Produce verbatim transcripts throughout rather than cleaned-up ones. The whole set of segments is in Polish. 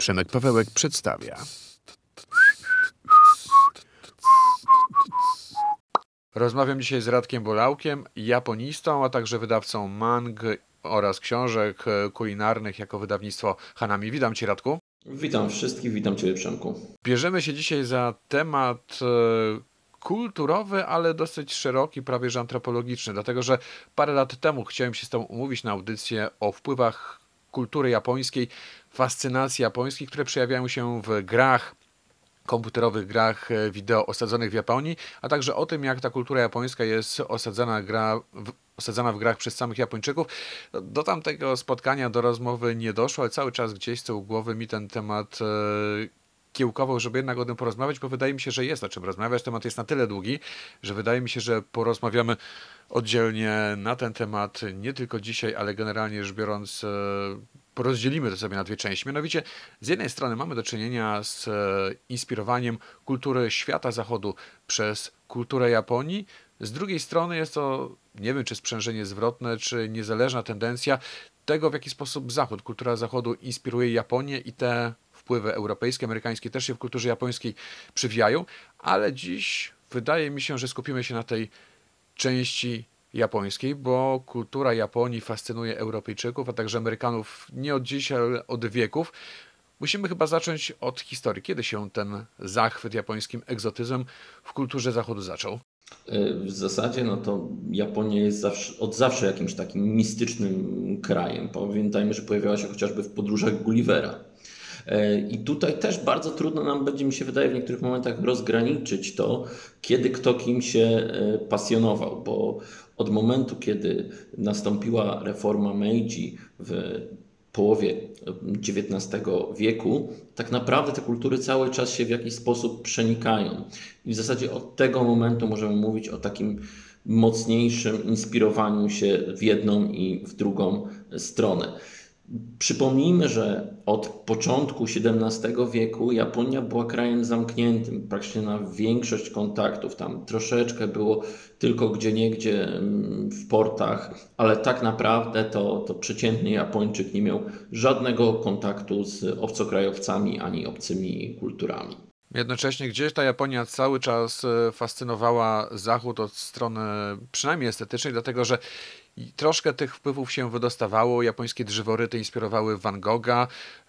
Przemek Pawełek przedstawia. Rozmawiam dzisiaj z Radkiem Bolałkiem, japonistą, a także wydawcą mang oraz książek kulinarnych jako wydawnictwo Hanami. Witam Cię, Radku. Witam wszystkich, witam Ciebie, Przemku. Bierzemy się dzisiaj za temat kulturowy, ale dosyć szeroki, prawie że antropologiczny, dlatego że parę lat temu chciałem się z Tobą umówić na audycję o wpływach kultury japońskiej, fascynacji japońskiej, które przejawiają się w grach, komputerowych grach wideo osadzonych w Japonii, a także o tym, jak ta kultura japońska jest osadzana, gra, w, osadzana w grach przez samych Japończyków. Do tamtego spotkania, do rozmowy nie doszło, ale cały czas gdzieś z tyłu głowy mi ten temat e, kiełkował, żeby jednak o tym porozmawiać, bo wydaje mi się, że jest o czym rozmawiać. Temat jest na tyle długi, że wydaje mi się, że porozmawiamy oddzielnie na ten temat, nie tylko dzisiaj, ale generalnie rzecz biorąc, porozdzielimy to sobie na dwie części. Mianowicie, z jednej strony mamy do czynienia z inspirowaniem kultury świata zachodu przez kulturę Japonii, z drugiej strony jest to, nie wiem czy sprzężenie zwrotne, czy niezależna tendencja tego, w jaki sposób Zachód, kultura Zachodu inspiruje Japonię i te wpływy europejskie, amerykańskie też się w kulturze japońskiej przywijają, ale dziś wydaje mi się, że skupimy się na tej części japońskiej, bo kultura Japonii fascynuje Europejczyków, a także Amerykanów nie od dziś, ale od wieków. Musimy chyba zacząć od historii. Kiedy się ten zachwyt japońskim egzotyzmem w kulturze Zachodu zaczął? W zasadzie no to Japonia jest zawsze, od zawsze jakimś takim mistycznym krajem. Pamiętajmy, że pojawiała się chociażby w podróżach Gullivera. I tutaj też bardzo trudno nam będzie, mi się wydaje, w niektórych momentach rozgraniczyć to, kiedy kto kim się pasjonował, bo od momentu, kiedy nastąpiła reforma Meiji w połowie dziewiętnastego wieku, tak naprawdę te kultury cały czas się w jakiś sposób przenikają. I w zasadzie od tego momentu możemy mówić o takim mocniejszym inspirowaniu się w jedną i w drugą stronę. Przypomnijmy, że od początku siedemnastego wieku Japonia była krajem zamkniętym praktycznie na większość kontaktów. Tam troszeczkę było tylko gdzieniegdzie w portach, ale tak naprawdę to, to przeciętny Japończyk nie miał żadnego kontaktu z obcokrajowcami ani obcymi kulturami. Jednocześnie gdzieś ta Japonia cały czas fascynowała Zachód od strony przynajmniej estetycznej, dlatego że i troszkę tych wpływów się wydostawało. Japońskie drzeworyty inspirowały Van Gogha,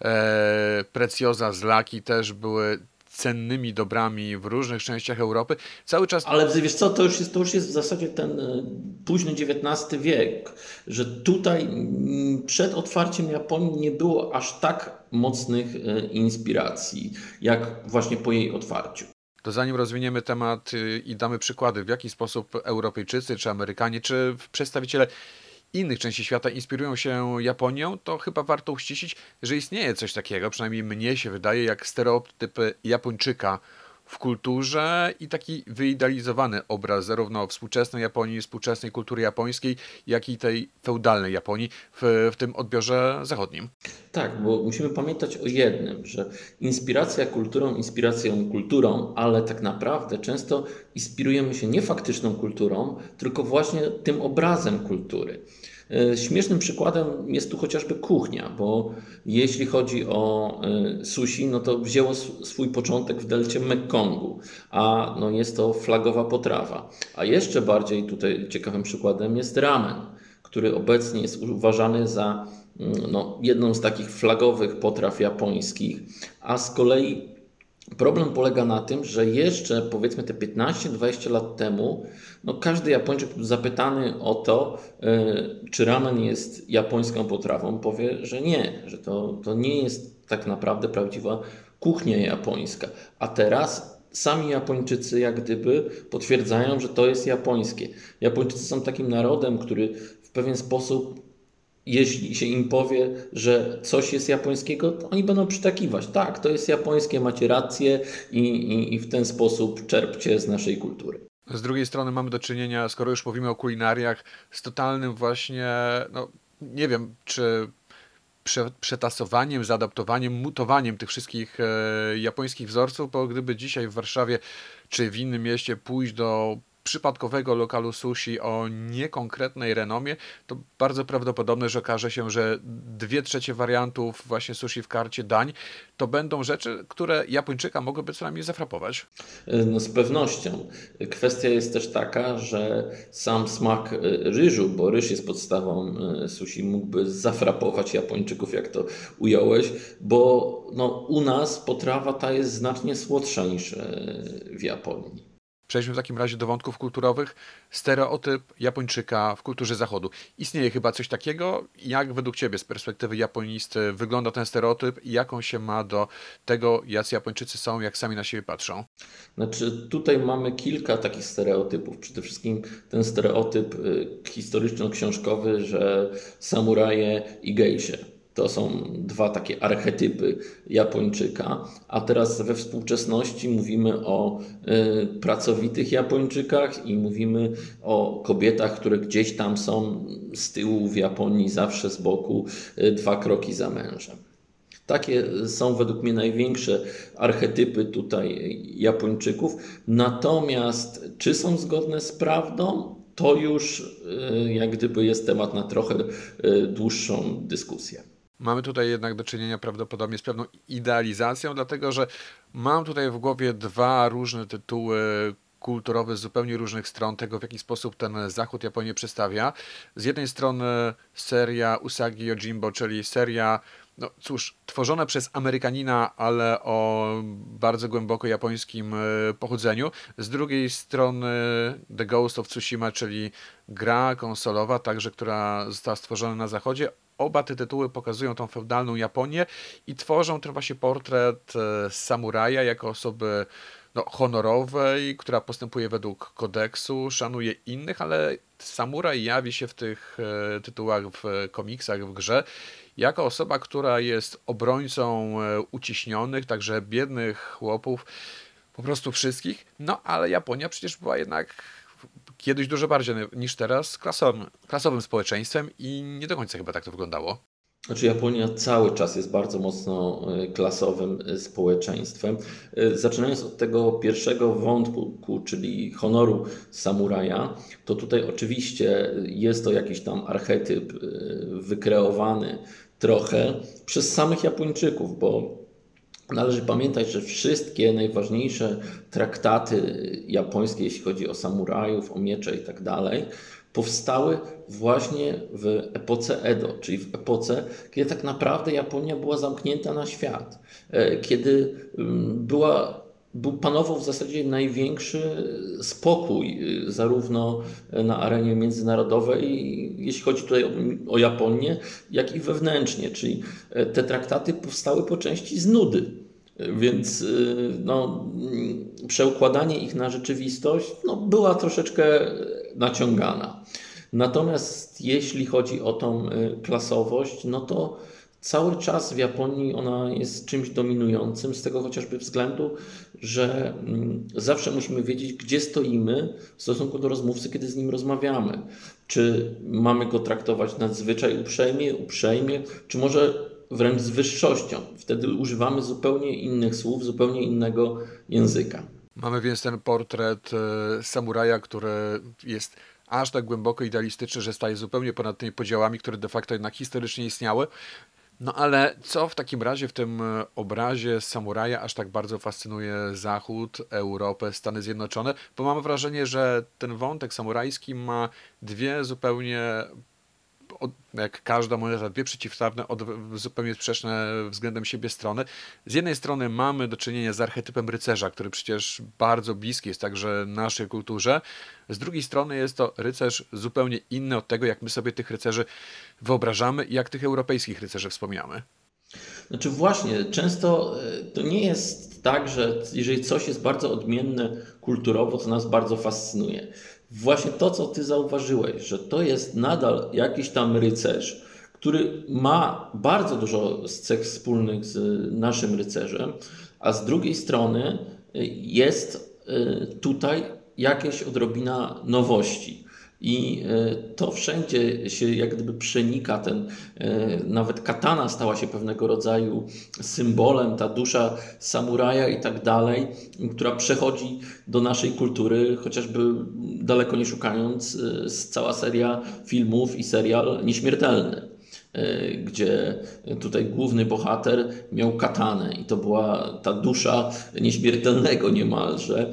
e, precjoza z laki też były cennymi dobrami w różnych częściach Europy. Cały czas... Ale wiesz co, to już jest, to już jest w zasadzie ten późny dziewiętnasty wiek, że tutaj przed otwarciem Japonii nie było aż tak mocnych inspiracji, jak właśnie po jej otwarciu. To zanim rozwiniemy temat i damy przykłady, w jaki sposób Europejczycy, czy Amerykanie, czy przedstawiciele innych części świata inspirują się Japonią, to chyba warto uściślić, że istnieje coś takiego, przynajmniej mnie się wydaje, jak stereotypy Japończyka w kulturze i taki wyidealizowany obraz zarówno współczesnej Japonii, współczesnej kultury japońskiej, jak i tej feudalnej Japonii w, w tym odbiorze zachodnim. Tak, bo musimy pamiętać o jednym, że inspiracja kulturą, inspiracją kulturą, ale tak naprawdę często inspirujemy się nie faktyczną kulturą, tylko właśnie tym obrazem kultury. Śmiesznym przykładem jest tu chociażby kuchnia, bo jeśli chodzi o sushi, no to wzięło swój początek w delcie Mekkongu, a no jest to flagowa potrawa. A jeszcze bardziej tutaj ciekawym przykładem jest ramen, który obecnie jest uważany za no, jedną z takich flagowych potraw japońskich, a z kolei problem polega na tym, że jeszcze powiedzmy te piętnaście dwadzieścia lat temu no każdy Japończyk zapytany o to, yy, czy ramen jest japońską potrawą, powie, że nie, że to, to nie jest tak naprawdę prawdziwa kuchnia japońska. A teraz sami Japończycy jak gdyby potwierdzają, że to jest japońskie. Japończycy są takim narodem, który w pewien sposób, jeśli się im powie, że coś jest japońskiego, to oni będą przytakiwać. Tak, to jest japońskie, macie rację i, i, i w ten sposób czerpcie z naszej kultury. Z drugiej strony mamy do czynienia, skoro już mówimy o kulinariach, z totalnym właśnie, no nie wiem, czy prze, przetasowaniem, zaadaptowaniem, mutowaniem tych wszystkich e, japońskich wzorców, bo gdyby dzisiaj w Warszawie czy w innym mieście pójść do przypadkowego lokalu sushi o niekonkretnej renomie, to bardzo prawdopodobne, że okaże się, że dwie trzecie wariantów właśnie sushi w karcie dań to będą rzeczy, które Japończyka mogłyby co najmniej zafrapować. No z pewnością. Kwestia jest też taka, że sam smak y, ryżu, bo ryż jest podstawą y, sushi, mógłby zafrapować Japończyków, jak to ująłeś, bo no, u nas potrawa ta jest znacznie słodsza niż y, w Japonii. Przejdźmy w takim razie do wątków kulturowych. Stereotyp Japończyka w kulturze zachodu. Istnieje chyba coś takiego? Jak według Ciebie z perspektywy japonisty wygląda ten stereotyp i jak on się ma do tego, jacy Japończycy są, jak sami na siebie patrzą? Znaczy, tutaj mamy kilka takich stereotypów. Przede wszystkim ten stereotyp y, historyczno-książkowy, że samuraje i gejsze. To są dwa takie archetypy Japończyka, a teraz we współczesności mówimy o y, pracowitych Japończykach i mówimy o kobietach, które gdzieś tam są z tyłu w Japonii, zawsze z boku, y, dwa kroki za mężem. Takie są według mnie największe archetypy tutaj Japończyków. Natomiast czy są zgodne z prawdą, to już y, jak gdyby jest temat na trochę y, dłuższą dyskusję. Mamy tutaj jednak do czynienia prawdopodobnie z pewną idealizacją, dlatego że mam tutaj w głowie dwa różne tytuły kulturowe z zupełnie różnych stron tego, w jaki sposób ten Zachód Japonię przedstawia. Z jednej strony seria Usagi Yojimbo, czyli seria, no cóż, tworzona przez Amerykanina, ale o bardzo głęboko japońskim e, pochodzeniu. Z drugiej strony The Ghost of Tsushima, czyli gra konsolowa, także która została stworzona na zachodzie. Oba te tytuły pokazują tą feudalną Japonię i tworzą ten właśnie portret e, samuraja jako osoby no, honorowej, która postępuje według kodeksu, szanuje innych, ale samuraj jawi się w tych e, tytułach, w komiksach, w grze, jako osoba, która jest obrońcą e, uciśnionych, także biednych chłopów, po prostu wszystkich. No ale Japonia przecież była jednak kiedyś dużo bardziej niż teraz klasowym, klasowym społeczeństwem i nie do końca chyba tak to wyglądało. Znaczy Japonia cały czas jest bardzo mocno y, klasowym y, społeczeństwem. Y, Zaczynając od tego pierwszego wątku, czyli honoru samuraja, to tutaj oczywiście jest to jakiś tam archetyp y, wykreowany trochę przez samych Japończyków, bo należy pamiętać, że wszystkie najważniejsze traktaty japońskie, jeśli chodzi o samurajów, o miecze i tak dalej, powstały właśnie w epoce Edo, czyli w epoce, kiedy tak naprawdę Japonia była zamknięta na świat, e, kiedy mm, była, był, panował w zasadzie największy spokój, y, zarówno na arenie międzynarodowej, jeśli chodzi tutaj o, o Japonię, jak i wewnętrznie, czyli e, te traktaty powstały po części z nudy. Więc y, no, mm, przeukładanie ich na rzeczywistość no, była troszeczkę naciągana. Natomiast jeśli chodzi o tą y, klasowość, no to cały czas w Japonii ona jest czymś dominującym, z tego chociażby względu, że mm, zawsze musimy wiedzieć, gdzie stoimy w stosunku do rozmówcy, kiedy z nim rozmawiamy. Czy mamy go traktować nadzwyczaj uprzejmie, uprzejmie, czy może wręcz z wyższością. Wtedy używamy zupełnie innych słów, zupełnie innego języka. Mamy więc ten portret e, samuraja, który jest aż tak głęboko idealistyczny, że staje zupełnie ponad tymi podziałami, które de facto jednak historycznie istniały. No ale co w takim razie w tym e, obrazie samuraja aż tak bardzo fascynuje Zachód, Europę, Stany Zjednoczone? Bo mam wrażenie, że ten wątek samurajski ma dwie zupełnie, od, jak każda moneta, dwie przeciwstawne, od, zupełnie sprzeczne względem siebie strony. Z jednej strony mamy do czynienia z archetypem rycerza, który przecież bardzo bliski jest także naszej kulturze. Z drugiej strony jest to rycerz zupełnie inny od tego, jak my sobie tych rycerzy wyobrażamy i jak tych europejskich rycerzy wspominamy. Znaczy właśnie, często e, to nie jest tak, że jeżeli coś jest bardzo odmienne kulturowo, to nas bardzo fascynuje. Właśnie to, co ty zauważyłeś, że to jest nadal jakiś tam rycerz, który ma bardzo dużo z cech wspólnych z naszym rycerzem, a z drugiej strony e, jest e, tutaj jakieś odrobina nowości. I to wszędzie się jak gdyby przenika, ten, nawet katana stała się pewnego rodzaju symbolem, ta dusza samuraja i tak dalej, która przechodzi do naszej kultury, chociażby daleko nie szukając, cała seria filmów i serial Nieśmiertelny, gdzie tutaj główny bohater miał katanę i to była ta dusza nieśmiertelnego niemalże.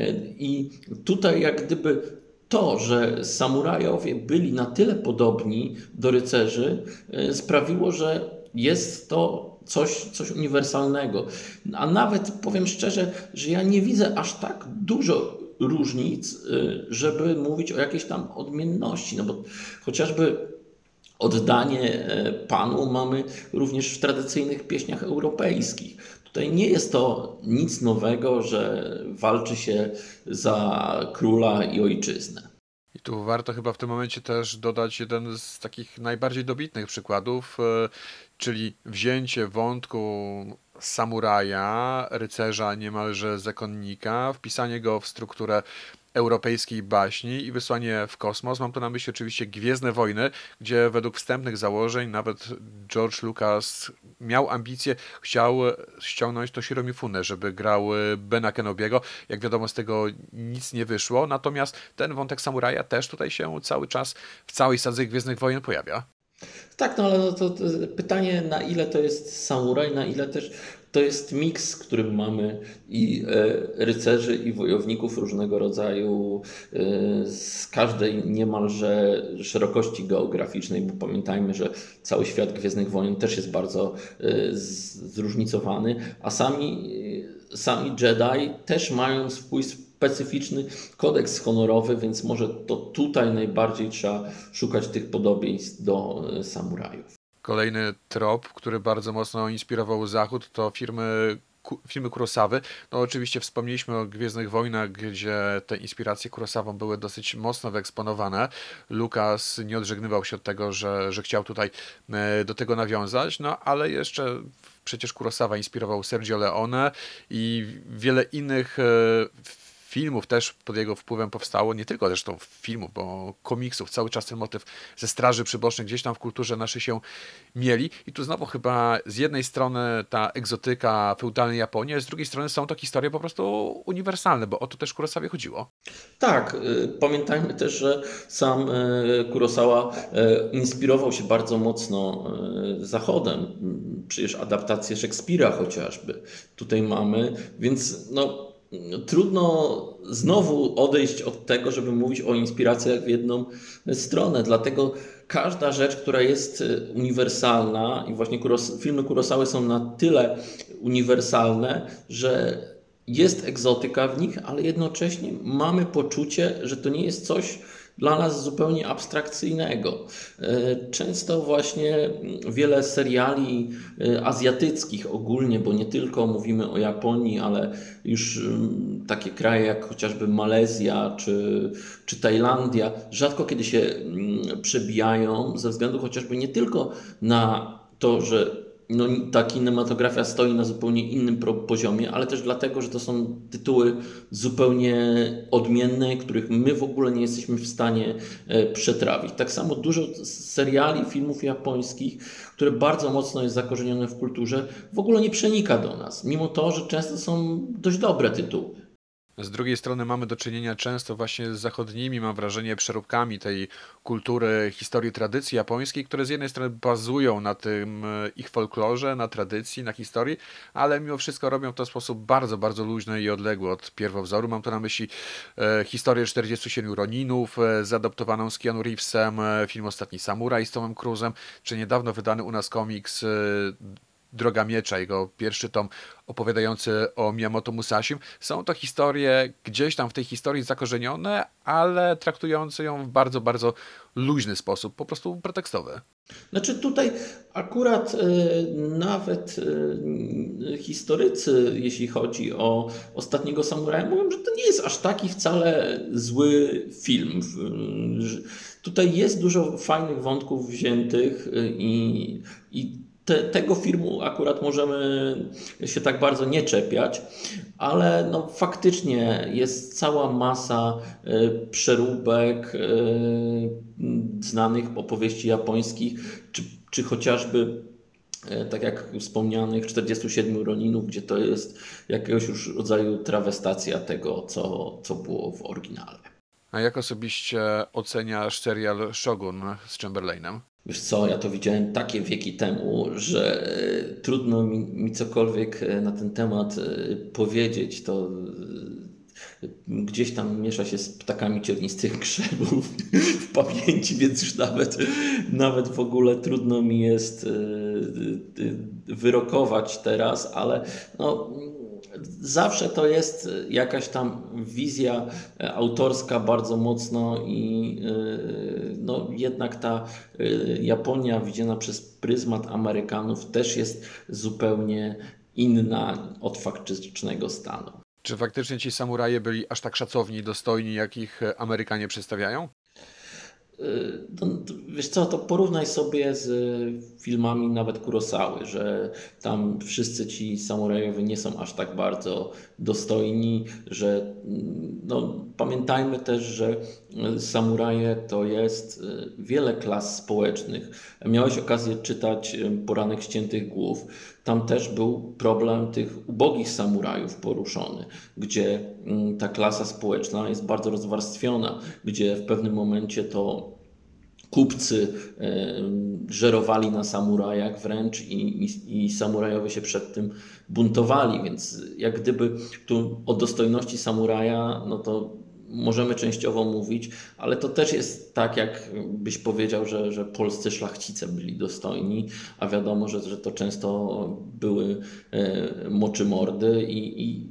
I tutaj jak gdyby to, że samurajowie byli na tyle podobni do rycerzy, sprawiło, że jest to coś, coś uniwersalnego. A nawet powiem szczerze, że ja nie widzę aż tak dużo różnic, żeby mówić o jakiejś tam odmienności. No bo chociażby oddanie Panu mamy również w tradycyjnych pieśniach europejskich. Tutaj nie jest to nic nowego, że walczy się za króla i ojczyznę. I tu warto chyba w tym momencie też dodać jeden z takich najbardziej dobitnych przykładów, czyli wzięcie wątku samuraja, rycerza, niemalże zakonnika, wpisanie go w strukturę europejskiej baśni i wysłanie w kosmos. Mam tu na myśli oczywiście Gwiezdne Wojny, gdzie według wstępnych założeń nawet George Lucas miał ambicje, chciał ściągnąć Toshiro Mifune, żeby grał Bena Kenobiego. Jak wiadomo, z tego nic nie wyszło, natomiast ten wątek samuraja też tutaj się cały czas w całej sadze Gwiezdnych Wojen pojawia. Tak, no ale no to, to pytanie, na ile to jest samuraj, na ile też to jest miks, w którym mamy i e, rycerzy, i wojowników różnego rodzaju e, z każdej niemalże szerokości geograficznej, bo pamiętajmy, że cały świat Gwiezdnych Wojen też jest bardzo e, z, zróżnicowany, a sami, e, sami Jedi też mają swój specyficzny kodeks honorowy, więc może to tutaj najbardziej trzeba szukać tych podobieństw do e, samurajów. Kolejny trop, który bardzo mocno inspirował Zachód, to firmy, ku, filmy Kurosawy. No oczywiście wspomnieliśmy o Gwiezdnych Wojnach, gdzie te inspiracje Kurosawą były dosyć mocno wyeksponowane. Lucas nie odżegnywał się od tego, że, że chciał tutaj do tego nawiązać, no ale jeszcze przecież Kurosawa inspirował Sergio Leone i wiele innych filmów też pod jego wpływem powstało, nie tylko zresztą filmów, bo komiksów, cały czas ten motyw ze Straży Przybocznych gdzieś tam w kulturze naszej się mieli i tu znowu chyba z jednej strony ta egzotyka feudalnej Japonii, a z drugiej strony są to historie po prostu uniwersalne, bo o to też Kurosawie chodziło. Tak, pamiętajmy też, że sam Kurosawa inspirował się bardzo mocno Zachodem, przecież adaptację Szekspira chociażby tutaj mamy, więc no trudno znowu odejść od tego, żeby mówić o inspiracjach w jedną stronę. Dlatego każda rzecz, która jest uniwersalna i właśnie Kuros- filmy Kurosawy są na tyle uniwersalne, że jest egzotyka w nich, ale jednocześnie mamy poczucie, że to nie jest coś dla nas zupełnie abstrakcyjnego. Często właśnie wiele seriali azjatyckich ogólnie, bo nie tylko mówimy o Japonii, ale już takie kraje jak chociażby Malezja czy, czy Tajlandia, rzadko kiedy się przebijają ze względu chociażby nie tylko na to, że no, ta kinematografia stoi na zupełnie innym poziomie, ale też dlatego, że to są tytuły zupełnie odmienne, których my w ogóle nie jesteśmy w stanie przetrawić. Tak samo dużo seriali, filmów japońskich, które bardzo mocno jest zakorzenione w kulturze, w ogóle nie przenika do nas, mimo to, że często są dość dobre tytuły. Z drugiej strony mamy do czynienia często właśnie z zachodnimi, mam wrażenie, przeróbkami tej kultury, historii, tradycji japońskiej, które z jednej strony bazują na tym ich folklorze, na tradycji, na historii, ale mimo wszystko robią to w sposób bardzo, bardzo luźny i odległy od pierwowzoru. Mam tu na myśli e, historię czterdziestu siedmiu Roninów, e, zaadaptowaną z Keanu Reevesem, e, film Ostatni Samuraj z Tomem Cruise'em, czy niedawno wydany u nas komiks e, Droga Miecza, jego pierwszy tom opowiadający o Miyamoto Musashim. Są to historie gdzieś tam w tej historii zakorzenione, ale traktujące ją w bardzo, bardzo luźny sposób, po prostu pretekstowy. Znaczy tutaj akurat y, nawet y, historycy, jeśli chodzi o Ostatniego Samuraja, mówią, że to nie jest aż taki wcale zły film. Y, tutaj jest dużo fajnych wątków wziętych y, i, i te, tego filmu akurat możemy się tak bardzo nie czepiać, ale no, faktycznie jest cała masa y, przeróbek y, znanych opowieści japońskich, czy, czy chociażby y, tak jak wspomnianych czterdziestu siedmiu Roninów, gdzie to jest jakiegoś już rodzaju trawestacja tego, co, co było w oryginale. A jak osobiście oceniasz serial Shogun z Chamberlainem? Wiesz co, ja to widziałem takie wieki temu, że e, trudno mi, mi cokolwiek e, na ten temat e, powiedzieć. To e, gdzieś tam miesza się z ptakami ciernistych krzewów w pamięci, więc już nawet, nawet w ogóle trudno mi jest e, e, wyrokować teraz, ale no, zawsze to jest jakaś tam wizja autorska bardzo mocno i yy, no, jednak ta yy, Japonia widziana przez pryzmat Amerykanów też jest zupełnie inna od faktycznego stanu. Czy faktycznie ci samuraje byli aż tak szacowni i dostojni, jak ich Amerykanie przedstawiają? No, wiesz co, to porównaj sobie z filmami nawet Kurosawy, że tam wszyscy ci samurajowie nie są aż tak bardzo dostojni, że no, pamiętajmy też, że samuraje to jest wiele klas społecznych. Miałeś okazję czytać Poranek Ściętych Głów. Tam też był problem tych ubogich samurajów poruszony, gdzie ta klasa społeczna jest bardzo rozwarstwiona, gdzie w pewnym momencie to kupcy żerowali na samurajach wręcz i, i, i samurajowie się przed tym buntowali, więc jak gdyby tu o dostojności samuraja, no to możemy częściowo mówić, ale to też jest tak, jak byś powiedział, że, że polscy szlachcice byli dostojni, a wiadomo, że, że to często były e, moczymordy i, i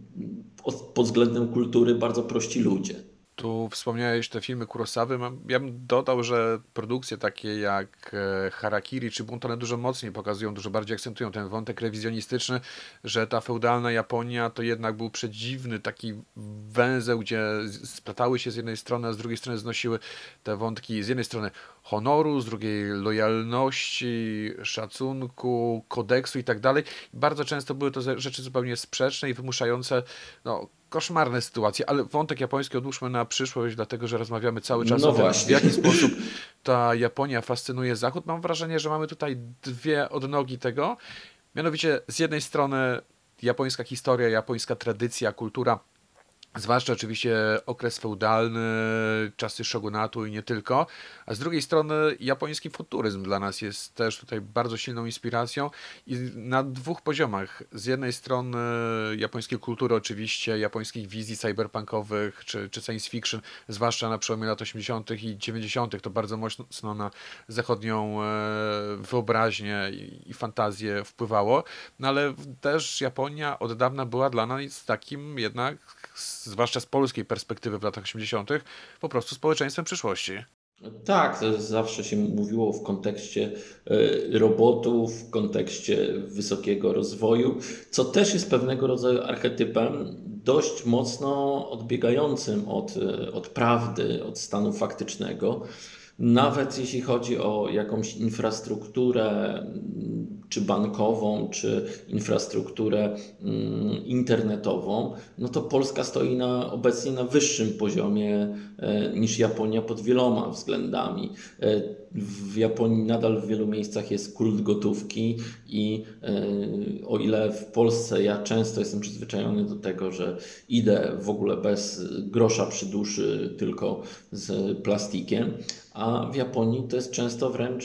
pod względem kultury bardzo prości ludzie. Tu wspomniałeś te filmy Kurosawy. Ja bym dodał, że produkcje takie jak Harakiri czy Bunt, one dużo mocniej pokazują, dużo bardziej akcentują ten wątek rewizjonistyczny, że ta feudalna Japonia to jednak był przedziwny taki węzeł, gdzie splatały się z jednej strony, a z drugiej strony znosiły te wątki z jednej strony honoru, z drugiej lojalności, szacunku, kodeksu i tak dalej. Bardzo często były to rzeczy zupełnie sprzeczne i wymuszające no, koszmarne sytuacje, ale wątek japoński odłóżmy na przyszłość, dlatego że rozmawiamy cały czas no o tym, właśnie. w jaki sposób ta Japonia fascynuje Zachód. Mam wrażenie, że mamy tutaj dwie odnogi tego. Mianowicie z jednej strony japońska historia, japońska tradycja, kultura, zwłaszcza oczywiście okres feudalny, czasy shogunatu i nie tylko, a z drugiej strony japoński futuryzm dla nas jest też tutaj bardzo silną inspiracją i na dwóch poziomach. Z jednej strony japońskiej kultury oczywiście, japońskich wizji cyberpunkowych czy, czy science fiction, zwłaszcza na przełomie lat osiemdziesiątych i dziewięćdziesiątych, to bardzo mocno na zachodnią wyobraźnię i, i fantazję wpływało, no ale też Japonia od dawna była dla nas takim jednak, zwłaszcza z polskiej perspektywy w latach osiemdziesiątych, po prostu społeczeństwem przyszłości. Tak, to zawsze się mówiło w kontekście robotów, w kontekście wysokiego rozwoju, co też jest pewnego rodzaju archetypem dość mocno odbiegającym od, od prawdy, od stanu faktycznego. Nawet jeśli chodzi o jakąś infrastrukturę, czy bankową, czy infrastrukturę internetową, no to Polska stoi na, obecnie na wyższym poziomie niż Japonia pod wieloma względami. W Japonii nadal w wielu miejscach jest kult gotówki i o ile w Polsce ja często jestem przyzwyczajony do tego, że idę w ogóle bez grosza przy duszy, tylko z plastikiem, a w Japonii to jest często wręcz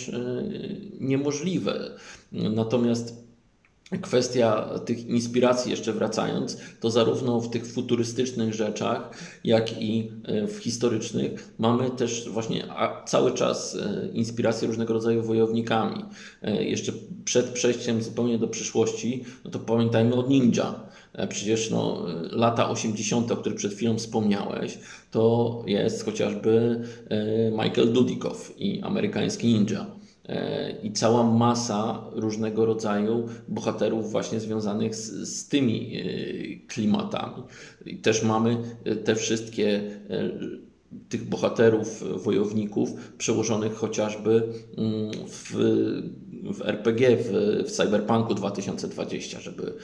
niemożliwe. Natomiast kwestia tych inspiracji, jeszcze wracając, to zarówno w tych futurystycznych rzeczach, jak i w historycznych mamy też właśnie cały czas inspiracje różnego rodzaju wojownikami. Jeszcze przed przejściem zupełnie do przyszłości, no to pamiętajmy o ninja. Przecież no, lata osiemdziesiąte, o których przed chwilą wspomniałeś, to jest chociażby Michael Dudikoff i amerykański ninja. I cała masa różnego rodzaju bohaterów właśnie związanych z, z tymi klimatami. I też mamy te wszystkie tych bohaterów, wojowników przełożonych chociażby w, w R P G, w, w Cyberpunku dwa tysiące dwadzieścia, żeby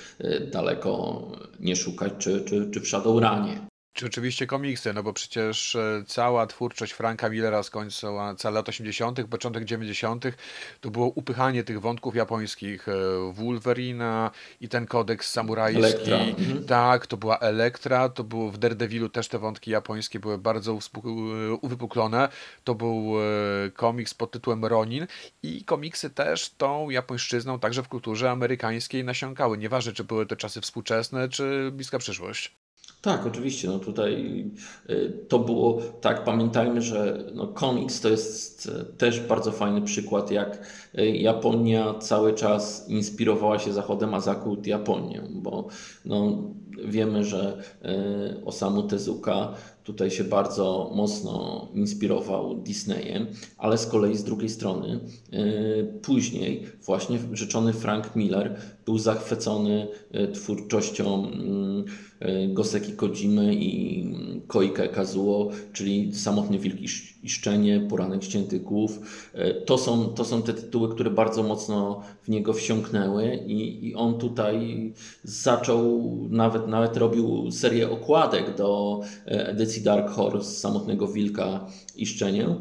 daleko nie szukać, czy, czy, czy w Shadowrunie. Czy oczywiście komiksy, no bo przecież e, cała twórczość Franka Millera z końca całe lat osiemdziesiątych, początek dziewięćdziesiątych to było upychanie tych wątków japońskich. e, Wolverina i ten kodeks samurajski. Elektra. Mhm. Tak, to była Elektra, to było w Daredevilu też te wątki japońskie były bardzo uspu- e, uwypuklone. To był e, komiks pod tytułem Ronin i komiksy też tą japońszczyzną także w kulturze amerykańskiej nasiąkały. Nieważne, czy były to czasy współczesne, czy bliska przyszłość. Tak, oczywiście. No tutaj y, to było tak. Pamiętajmy, że no, komiks to jest y, też bardzo fajny przykład, jak y, Japonia cały czas inspirowała się Zachodem, a Zachód Japonią, bo no, wiemy, że y, Osamu Tezuka tutaj się bardzo mocno inspirował Disneyem, ale z kolei z drugiej strony y, później właśnie rzeczony Frank Miller był zachwycony y, twórczością y, y, Goseki Kojimy i Koike Kazuo, czyli Samotny Wilk i Sz- i Szczenie, Poranek Ściętych Głów. Y, To są, to są te tytuły, które bardzo mocno w niego wsiąknęły i, i on tutaj zaczął, nawet, nawet robił serię okładek do e, edycji Dark Horse, Samotnego Wilka i Szczenię.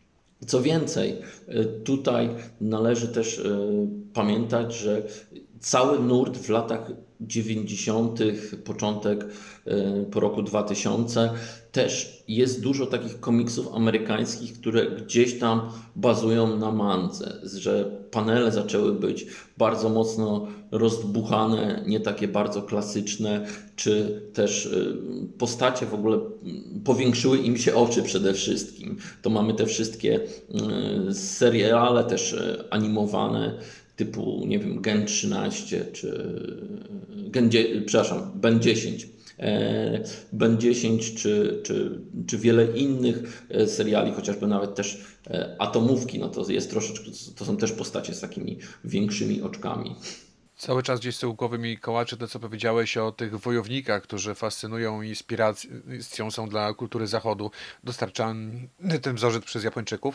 Co więcej, y, tutaj należy też y, pamiętać, że cały nurt w latach dziewięćdziesiątych, początek y, po roku dwa tysiące, też jest dużo takich komiksów amerykańskich, które gdzieś tam bazują na mandze, że panele zaczęły być bardzo mocno rozdbuchane, nie takie bardzo klasyczne, czy też y, postacie w ogóle y, powiększyły im się oczy przede wszystkim. To mamy te wszystkie y, seriale też y, animowane, typu, nie wiem, Gen trzynaście, czy Gen, dzie- przepraszam, Ben dziesięć. e, Ben dziesięć, czy, czy, czy wiele innych e, seriali, chociażby nawet też e, Atomówki, no to jest troszeczkę, to są też postacie z takimi większymi oczkami. Cały czas gdzieś z tyłu głowy mi kołacze to, co powiedziałeś o tych wojownikach, którzy fascynują i inspiracją są dla kultury Zachodu, dostarczany ten wzorzec przez Japończyków,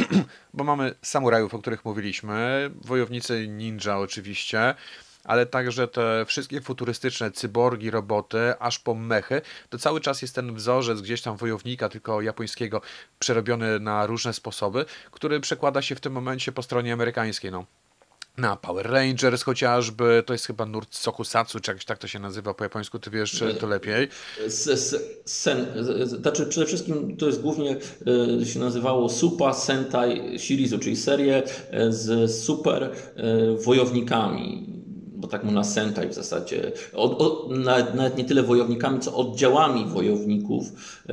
bo mamy samurajów, o których mówiliśmy, wojownicy ninja oczywiście, ale także te wszystkie futurystyczne cyborgi, roboty, aż po mechy, to cały czas jest ten wzorzec gdzieś tam wojownika, tylko japońskiego, przerobiony na różne sposoby, który przekłada się w tym momencie po stronie amerykańskiej, no. Na Power Rangers chociażby, to jest chyba nurt Sokusatsu, czy jakoś tak to się nazywa po japońsku, ty wiesz to lepiej. S- s- Sen, z- z- znaczy przede wszystkim to jest głównie e, się nazywało Supa Sentai Shirizu, czyli serię e, z super e, wojownikami, bo tak mu na Sentai w zasadzie, od, od, nawet, nawet nie tyle wojownikami, co oddziałami wojowników.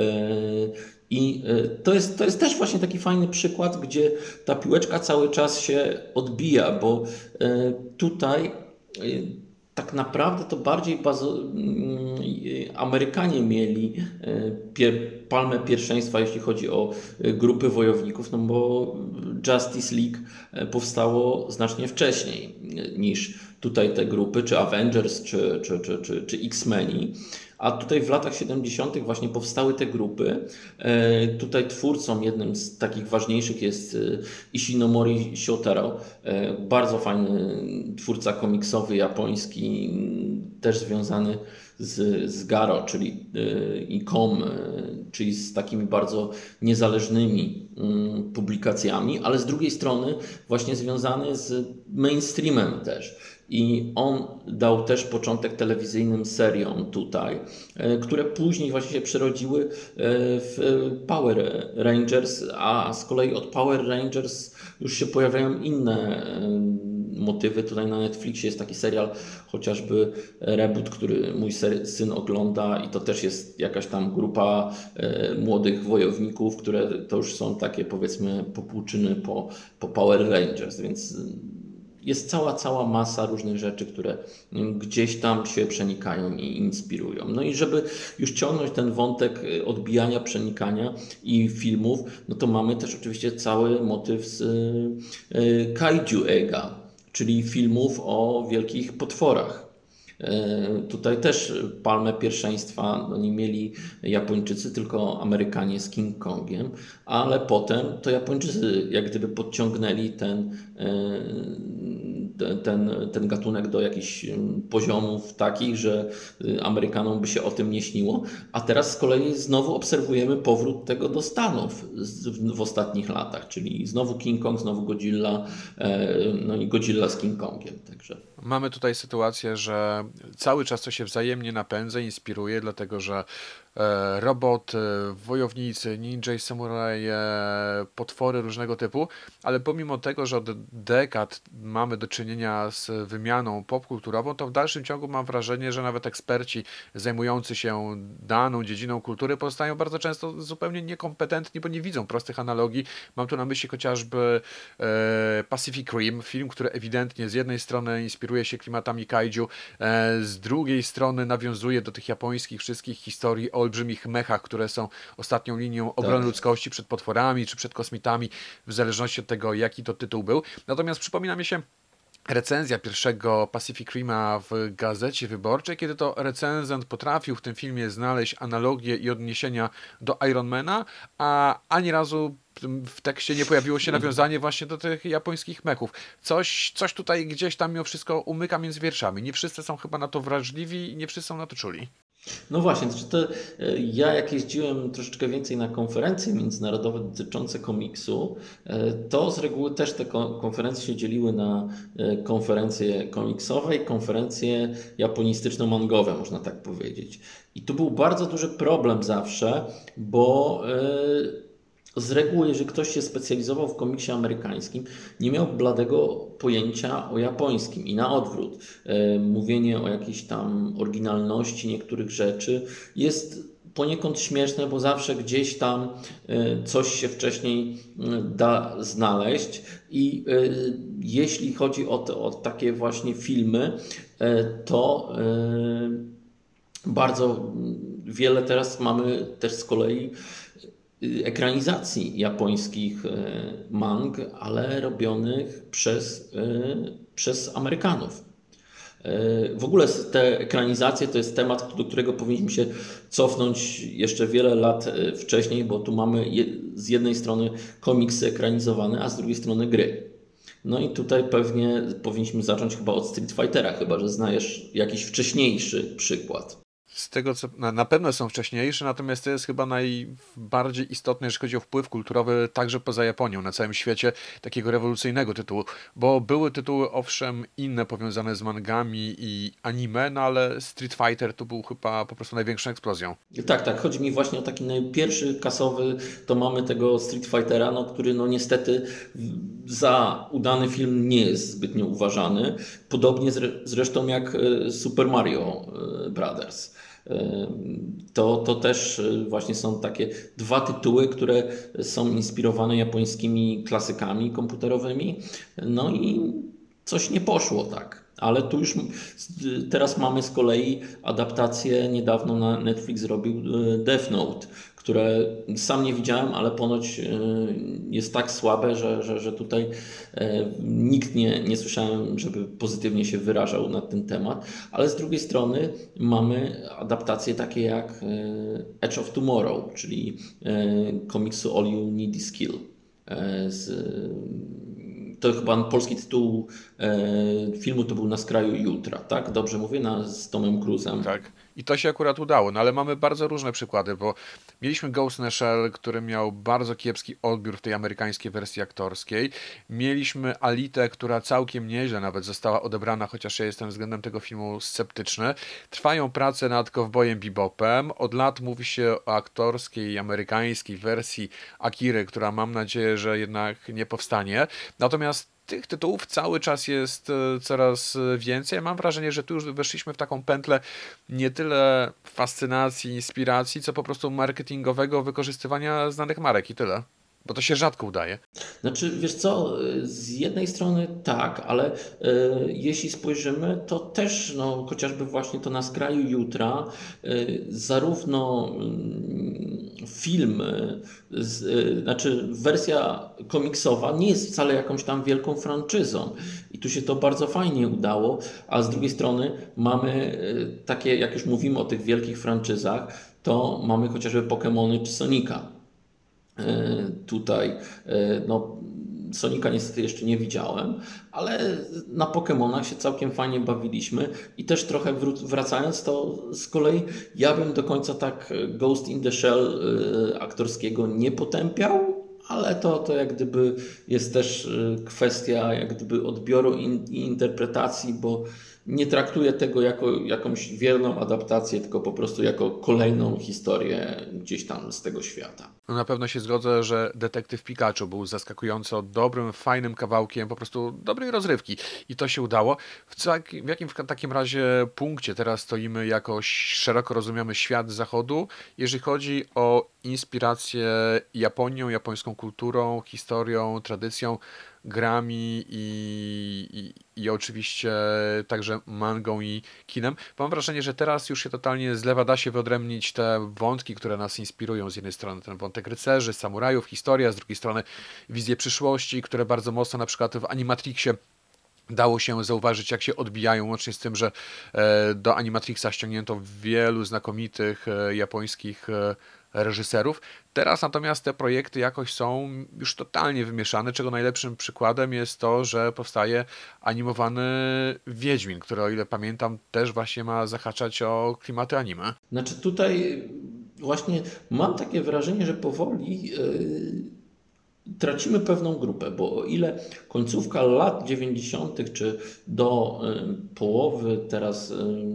E, I e, to jest, to jest też właśnie taki fajny przykład, gdzie ta piłeczka cały czas się odbija, bo e, tutaj e, tak naprawdę to bardziej bazo- mm, Amerykanie mieli e, pier- palmę pierwszeństwa, jeśli chodzi o e, grupy wojowników, no bo Justice League e, powstało znacznie wcześniej e, niż tutaj te grupy, czy Avengers, czy, czy, czy, czy, czy X-Meni. A tutaj w latach siedemdziesiątych właśnie powstały te grupy. E, Tutaj twórcą, jednym z takich ważniejszych jest e, Ishinomori Shotaro. E, Bardzo fajny twórca komiksowy japoński, m, też związany z, z Garo, czyli e, i kom, e, czyli z takimi bardzo niezależnymi mm, publikacjami, ale z drugiej strony właśnie związany z mainstreamem też. I on dał też początek telewizyjnym seriom tutaj, e, które później właśnie się przerodziły e, w Power Rangers, a z kolei od Power Rangers już się pojawiają inne e, motywy. Tutaj na Netflixie jest taki serial, chociażby Reboot, który mój ser- syn ogląda i to też jest jakaś tam grupa e, młodych wojowników, które to już są takie, powiedzmy, popłuczyny po, po Power Rangers, więc jest cała, cała masa różnych rzeczy, które gdzieś tam się przenikają i inspirują. No i żeby już ciągnąć ten wątek odbijania, przenikania i filmów, no to mamy też oczywiście cały motyw z y, Kaiju Ega, czyli filmów o wielkich potworach. E, Tutaj też palmę pierwszeństwa no nie mieli Japończycy, tylko Amerykanie z King Kongiem, ale potem to Japończycy jak gdyby podciągnęli ten, e, ten, ten gatunek do jakichś poziomów takich, że Amerykanom by się o tym nie śniło, a teraz z kolei znowu obserwujemy powrót tego do Stanów w, w ostatnich latach, czyli znowu King Kong, znowu Godzilla, e, no i Godzilla z King Kongiem, także. Mamy tutaj sytuację, że cały czas to się wzajemnie napędza, inspiruje, dlatego że e, roboty, wojownicy, ninja i samuraje, potwory różnego typu, ale pomimo tego, że od dekad mamy do czynienia z wymianą popkulturową, to w dalszym ciągu mam wrażenie, że nawet eksperci zajmujący się daną dziedziną kultury pozostają bardzo często zupełnie niekompetentni, bo nie widzą prostych analogii. Mam tu na myśli chociażby e, Pacific Rim, film, który ewidentnie z jednej strony inspiruje się klimatami kaiju, e, z drugiej strony nawiązuje do tych japońskich wszystkich historii o olbrzymich mechach, które są ostatnią linią obrony Tak. ludzkości przed potworami czy przed kosmitami, w zależności od tego, jaki to tytuł był. Natomiast przypomina mi się recenzja pierwszego Pacific Rima w Gazecie Wyborczej, kiedy to recenzent potrafił w tym filmie znaleźć analogie i odniesienia do Ironmana, a ani razu w tekście nie pojawiło się nawiązanie właśnie do tych japońskich mechów. Coś, coś tutaj gdzieś tam mimo wszystko umyka między wierszami. Nie wszyscy są chyba na to wrażliwi i nie wszyscy są na to czuli. No właśnie, to, to e, ja jak jeździłem troszeczkę więcej na konferencje międzynarodowe dotyczące komiksu, e, to z reguły też te ko- konferencje się dzieliły na e, konferencje komiksowe i konferencje japonistyczno-mangowe, można tak powiedzieć. I tu był bardzo duży problem zawsze, bo e, z reguły, jeżeli ktoś się specjalizował w komiksie amerykańskim, nie miał bladego pojęcia o japońskim i na odwrót. E, mówienie o jakiejś tam oryginalności niektórych rzeczy jest poniekąd śmieszne, bo zawsze gdzieś tam e, coś się wcześniej e, da znaleźć i e, jeśli chodzi o, te, o takie właśnie filmy, e, to e, bardzo wiele teraz mamy też z kolei ekranizacji japońskich e, mang, ale robionych przez, e, przez Amerykanów. E, W ogóle te ekranizacje to jest temat, do którego powinniśmy się cofnąć jeszcze wiele lat e, wcześniej, bo tu mamy je, z jednej strony komiksy ekranizowane, a z drugiej strony gry. No i tutaj pewnie powinniśmy zacząć chyba od Street Fightera, chyba że znajesz jakiś wcześniejszy przykład. Z tego co na, na pewno są wcześniejsze, natomiast to jest chyba najbardziej istotne, jeżeli chodzi o wpływ kulturowy także poza Japonią, na całym świecie, takiego rewolucyjnego tytułu, bo były tytuły owszem inne powiązane z mangami i anime, no ale Street Fighter to był chyba po prostu największą eksplozją. Tak, tak. Chodzi mi właśnie o taki najpierwszy kasowy, to mamy tego Street Fightera, no, który no niestety w- za udany film nie jest zbytnio uważany. Podobnie zre, zresztą jak e, Super Mario e, Brothers. E, To, to też e, właśnie są takie dwa tytuły, które są inspirowane japońskimi klasykami komputerowymi. No i coś nie poszło tak. Ale tu już m- s- teraz mamy z kolei adaptację, niedawno na Netflix zrobił e, Death Note, które sam nie widziałem, ale ponoć e, jest tak słabe, że, że, że tutaj e, nikt nie, nie słyszałem, żeby pozytywnie się wyrażał na ten temat. Ale z drugiej strony mamy adaptacje takie jak e, Edge of Tomorrow, czyli e, komiksu All You Need Is Kill. E, Z, to chyba polski tytuł e, filmu to był Na skraju jutra, tak? Dobrze mówię? Na, z Tomem Cruise'em. Tak. I to się akurat udało, no ale mamy bardzo różne przykłady, bo mieliśmy Ghost in the Shell, który miał bardzo kiepski odbiór w tej amerykańskiej wersji aktorskiej. Mieliśmy Alitę, która całkiem nieźle nawet została odebrana, chociaż ja jestem względem tego filmu sceptyczny. Trwają prace nad Cowboyem Bebopem. Od lat mówi się o aktorskiej amerykańskiej wersji Akiry, która mam nadzieję, że jednak nie powstanie. Natomiast tych tytułów cały czas jest e, coraz więcej. Mam wrażenie, że tu już weszliśmy w taką pętlę nie tyle fascynacji, inspiracji, co po prostu marketingowego wykorzystywania znanych marek i tyle. Bo to się rzadko udaje. Znaczy, wiesz co, z jednej strony tak, ale e, jeśli spojrzymy, to też no, chociażby właśnie to Na skraju jutra, e, zarówno mm, film, z, znaczy wersja komiksowa nie jest wcale jakąś tam wielką franczyzą. I tu się to bardzo fajnie udało, a z drugiej strony mamy takie, jak już mówimy o tych wielkich franczyzach, to mamy chociażby Pokémony czy Sonika. Tutaj no, Sonika niestety jeszcze nie widziałem, ale na Pokemonach się całkiem fajnie bawiliśmy i też trochę wracając, to z kolei ja bym do końca tak Ghost in the Shell aktorskiego nie potępiał, ale to, to jak gdyby jest też kwestia jak gdyby odbioru i interpretacji, bo nie traktuję tego jako jakąś wierną adaptację, tylko po prostu jako kolejną historię gdzieś tam z tego świata. No na pewno się zgodzę, że Detektyw Pikachu był zaskakująco dobrym, fajnym kawałkiem po prostu dobrej rozrywki i to się udało. W, co, w jakim w takim razie punkcie teraz stoimy jakoś szeroko rozumiemy świat zachodu, jeżeli chodzi o inspirację Japonią, japońską kulturą, historią, tradycją, grami i, i, i oczywiście także mangą i kinem. Mam wrażenie, że teraz już się totalnie zlewa, da się wyodrębnić te wątki, które nas inspirują. Z jednej strony ten wątek rycerzy, samurajów, historia, z drugiej strony wizje przyszłości, które bardzo mocno na przykład w Animatrixie dało się zauważyć, jak się odbijają, łącznie z tym, że do Animatrixa ściągnięto wielu znakomitych japońskich reżyserów. Teraz natomiast te projekty jakoś są już totalnie wymieszane, czego najlepszym przykładem jest to, że powstaje animowany Wiedźmin, który, o ile pamiętam, też właśnie ma zahaczać o klimaty anime. Znaczy tutaj właśnie mam takie wrażenie, że powoli yy tracimy pewną grupę, bo o ile końcówka lat dziewięćdziesiątych czy do y, połowy teraz y,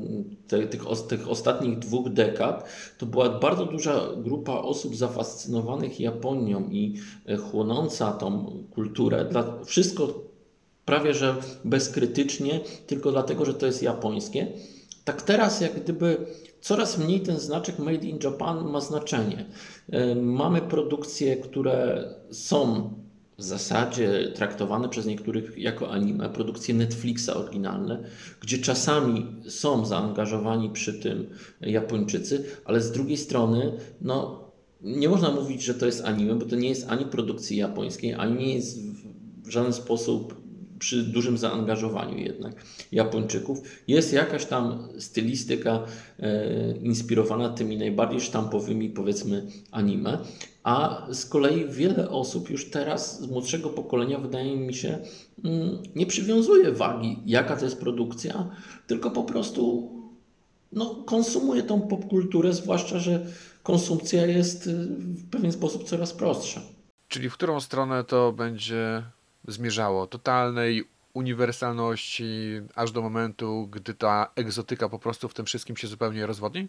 te, tych, os, tych ostatnich dwóch dekad, to była bardzo duża grupa osób zafascynowanych Japonią i y, chłonąca tą kulturę. Dla, wszystko prawie że bezkrytycznie, tylko dlatego, że to jest japońskie. Tak teraz jak gdyby coraz mniej ten znaczek Made in Japan ma znaczenie. Mamy produkcje, które są w zasadzie traktowane przez niektórych jako anime, produkcje Netflixa oryginalne, gdzie czasami są zaangażowani przy tym Japończycy, ale z drugiej strony no, nie można mówić, że to jest anime, bo to nie jest ani produkcji japońskiej, ani nie jest w żaden sposób przy dużym zaangażowaniu jednak Japończyków. Jest jakaś tam stylistyka e, inspirowana tymi najbardziej sztampowymi, powiedzmy, anime, a z kolei wiele osób już teraz z młodszego pokolenia, wydaje mi się, mm, nie przywiązuje wagi, jaka to jest produkcja, tylko po prostu no, konsumuje tą popkulturę, zwłaszcza, że konsumpcja jest w pewien sposób coraz prostsza. Czyli w którą stronę to będzie zmierzało? Totalnej uniwersalności aż do momentu, gdy ta egzotyka po prostu w tym wszystkim się zupełnie rozwodni?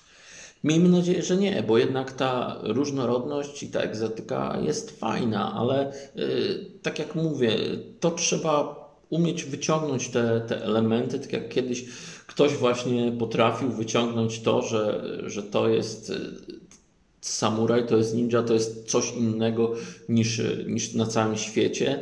Miejmy nadzieję, że nie, bo jednak ta różnorodność i ta egzotyka jest fajna, ale yy, tak jak mówię, to trzeba umieć wyciągnąć te, te elementy, tak jak kiedyś ktoś właśnie potrafił wyciągnąć to, że, że to jest samuraj, to jest ninja, to jest coś innego niż, niż na całym świecie.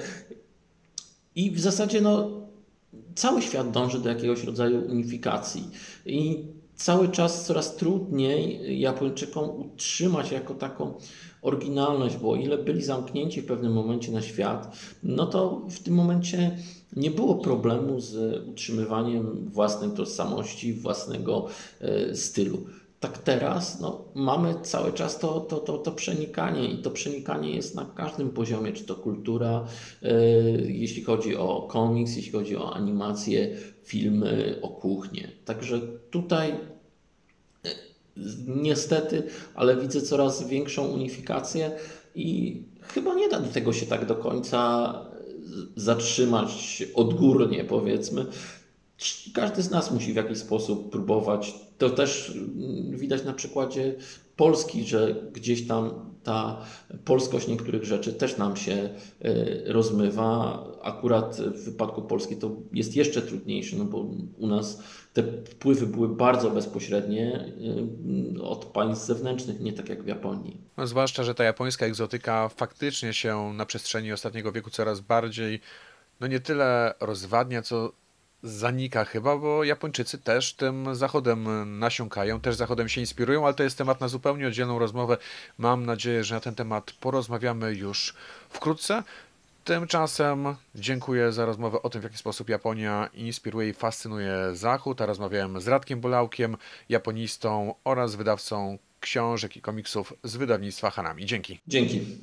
I w zasadzie no, cały świat dąży do jakiegoś rodzaju unifikacji. I cały czas coraz trudniej Japończykom utrzymać jako taką oryginalność, bo o ile byli zamknięci w pewnym momencie na świat, no to w tym momencie nie było problemu z utrzymywaniem własnej tożsamości, własnego e, stylu. Tak teraz no, mamy cały czas to, to, to, to przenikanie i to przenikanie jest na każdym poziomie, czy to kultura, yy, jeśli chodzi o komiks, jeśli chodzi o animację, filmy, o kuchnię. Także tutaj yy, niestety, ale widzę coraz większą unifikację i chyba nie da do tego się tak do końca zatrzymać odgórnie, powiedzmy. Każdy z nas musi w jakiś sposób próbować. To też widać na przykładzie Polski, że gdzieś tam ta polskość niektórych rzeczy też nam się rozmywa. Akurat w wypadku Polski to jest jeszcze trudniejsze, no bo u nas te wpływy były bardzo bezpośrednie od państw zewnętrznych, nie tak jak w Japonii. No, zwłaszcza, że ta japońska egzotyka faktycznie się na przestrzeni ostatniego wieku coraz bardziej, no nie tyle rozwadnia, co zanika chyba, bo Japończycy też tym zachodem nasiąkają, też zachodem się inspirują, ale to jest temat na zupełnie oddzielną rozmowę. Mam nadzieję, że na ten temat porozmawiamy już wkrótce. Tymczasem dziękuję za rozmowę o tym, w jaki sposób Japonia inspiruje i fascynuje Zachód, a rozmawiałem z Radkiem Bolałkiem, japonistą oraz wydawcą książek i komiksów z wydawnictwa Hanami. Dzięki. Dzięki.